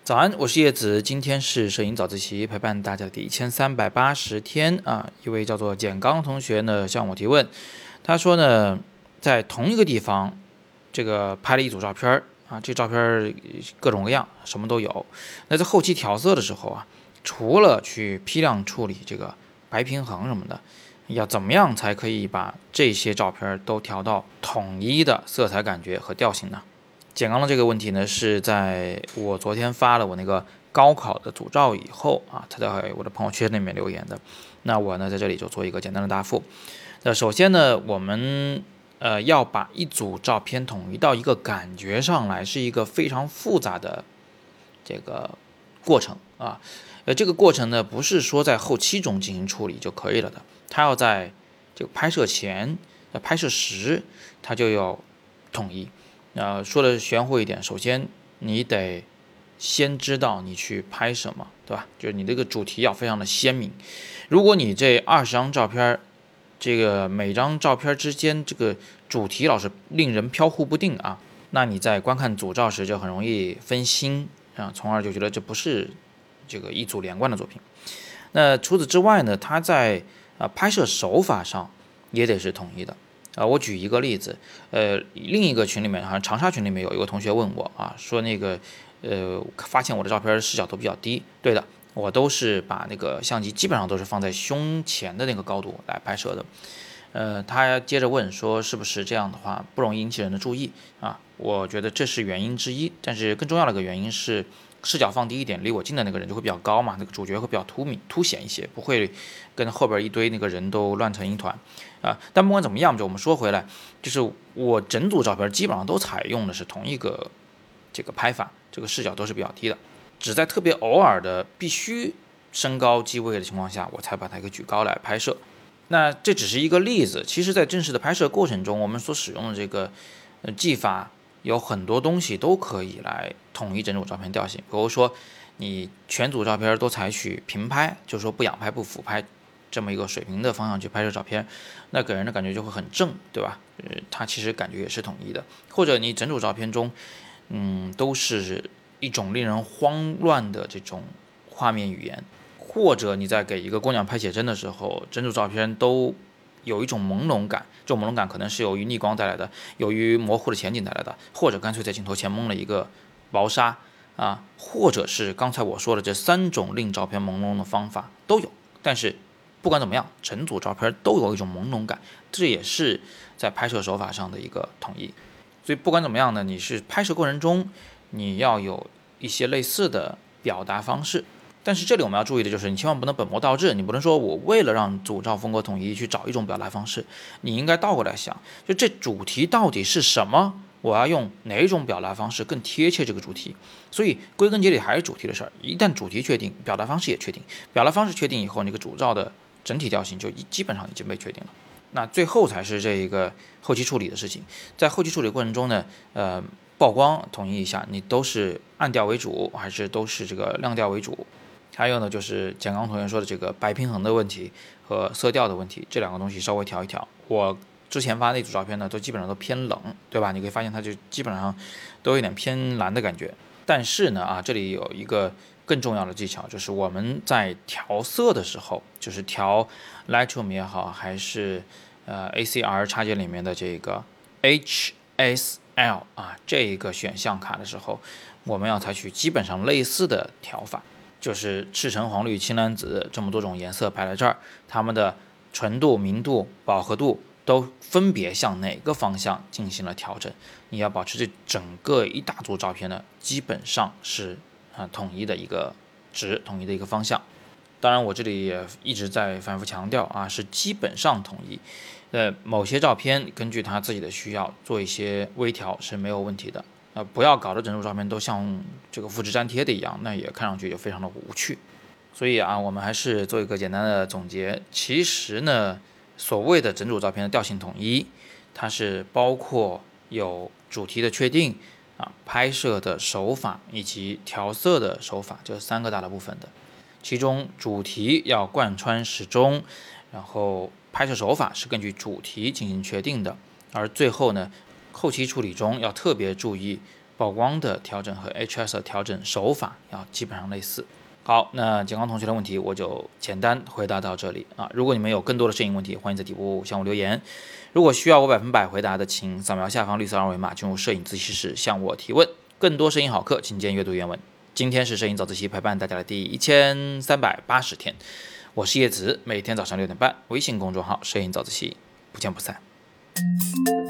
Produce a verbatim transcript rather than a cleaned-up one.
早安，我是叶子，今天是摄影早自习陪伴大家的第一千三百八十天啊。一位叫做简刚同学呢向我提问，他说呢，在同一个地方，这个拍了一组照片啊，这照片各种各样，什么都有。那在后期调色的时候啊，除了去批量处理这个白平衡什么的，要怎么样才可以把这些照片都调到统一的色彩感觉和调性呢？简刚的这个问题呢，是在我昨天发了我那个高考的组照以后啊，他在我的朋友圈里面留言的。那我呢在这里就做一个简单的答复。那首先呢，我们呃要把一组照片统一到一个感觉上来，是一个非常复杂的这个过程啊。呃，这个过程呢，不是说在后期中进行处理就可以了的，它要在这个拍摄前、在拍摄时，它就要统一。呃，说的玄乎一点，首先你得先知道你去拍什么，对吧？就是你这个主题要非常的鲜明。如果你这二十张照片，这个每张照片之间这个主题老是令人飘忽不定啊，那你在观看组照时就很容易分心啊，从而就觉得这不是这个一组连贯的作品。那除此之外呢，它在啊拍摄手法上也得是统一的。啊，我举一个例子，呃，另一个群里面，好像长沙群里面有一个同学问我啊，说那个，呃，发现我的照片视角都比较低。对的，我都是把那个相机基本上都是放在胸前的那个高度来拍摄的。呃，他接着问说，是不是这样的话不容易引起人的注意啊？我觉得这是原因之一，但是更重要的一个原因是，视角放低一点，离我近的那个人就会比较高嘛，那个主角会比较突明凸显一些，不会跟后边一堆那个人都乱成一团啊。但不管怎么样，就我们说回来，就是我整组照片基本上都采用的是同一个这个拍法，这个视角都是比较低的，只在特别偶尔的必须升高机位的情况下，我才把它给举高来拍摄。那这只是一个例子，其实在正式的拍摄过程中，我们所使用的这个呃技法有很多东西都可以来统一整组照片调性。比如说你全组照片都采取平拍，就是说不仰拍不俯拍这么一个水平的方向去拍摄照片，那给人的感觉就会很正，对吧？呃，它其实感觉也是统一的。或者你整组照片中嗯都是一种令人慌乱的这种画面语言，或者你在给一个姑娘拍写真的时候，整组照片都有一种朦胧感，这种朦胧感可能是由于逆光带来的，由于模糊的前景带来的，或者干脆在镜头前蒙了一个薄纱啊，或者是刚才我说的这三种令照片朦胧的方法都有。但是不管怎么样，整组照片都有一种朦胧感，这也是在拍摄手法上的一个统一。所以不管怎么样呢，你是拍摄过程中你要有一些类似的表达方式。但是这里我们要注意的就是，你千万不能本末倒置，你不能说我为了让组照风格统一去找一种表达方式，你应该倒过来想，就这主题到底是什么，我要用哪种表达方式更贴切这个主题。所以归根结底还是主题的事儿，一旦主题确定，表达方式也确定，表达方式确定以后，那个组照的整体调性就基本上已经被确定了。那最后才是这一个后期处理的事情。在后期处理过程中呢，呃，曝光统一一下，你都是暗调为主，还是都是这个亮调为主？还有呢，就是简刚同学说的这个白平衡的问题和色调的问题，这两个东西稍微调一调。我之前发那组照片呢，都基本上都偏冷，对吧？你可以发现它就基本上都有点偏蓝的感觉。但是呢，啊，这里有一个更重要的技巧，就是我们在调色的时候，就是调 Lightroom 也好，还是呃 A C R 插件里面的这个 H S L 啊这一个选项卡的时候，我们要采取基本上类似的调法。就是赤橙黄绿青蓝紫这么多种颜色摆在这儿，它们的纯度、明度、饱和度都分别向哪个方向进行了调整。你要保持这整个一大组照片呢，基本上是啊统一的一个值，统一的一个方向。当然，我这里也一直在反复强调啊，是基本上统一。呃，某些照片根据他自己的需要做一些微调是没有问题的。呃，不要搞得整组照片都像这个复制粘贴的一样，那也看上去就非常的无趣。所以啊，我们还是做一个简单的总结。其实呢，所谓的整组照片的调性统一，它是包括有主题的确定啊、拍摄的手法以及调色的手法这三个大的部分的。其中主题要贯穿始终，然后拍摄手法是根据主题进行确定的，而最后呢，后期处理中要特别注意曝光的调整和 H S 的调整手法要基本上类似。好，那简刚同学的问题我就简单回答到这里啊。如果你们有更多的摄影问题，欢迎在底部向我留言。如果需要我百分百回答的，请扫描下方绿色二维码进入摄影自习室向我提问。更多摄影好课，请见阅读原文。今天是摄影早自习陪伴大家的第一千三百八十天，我是叶子，每天早上六点半，微信公众号摄影早自习，不见不散。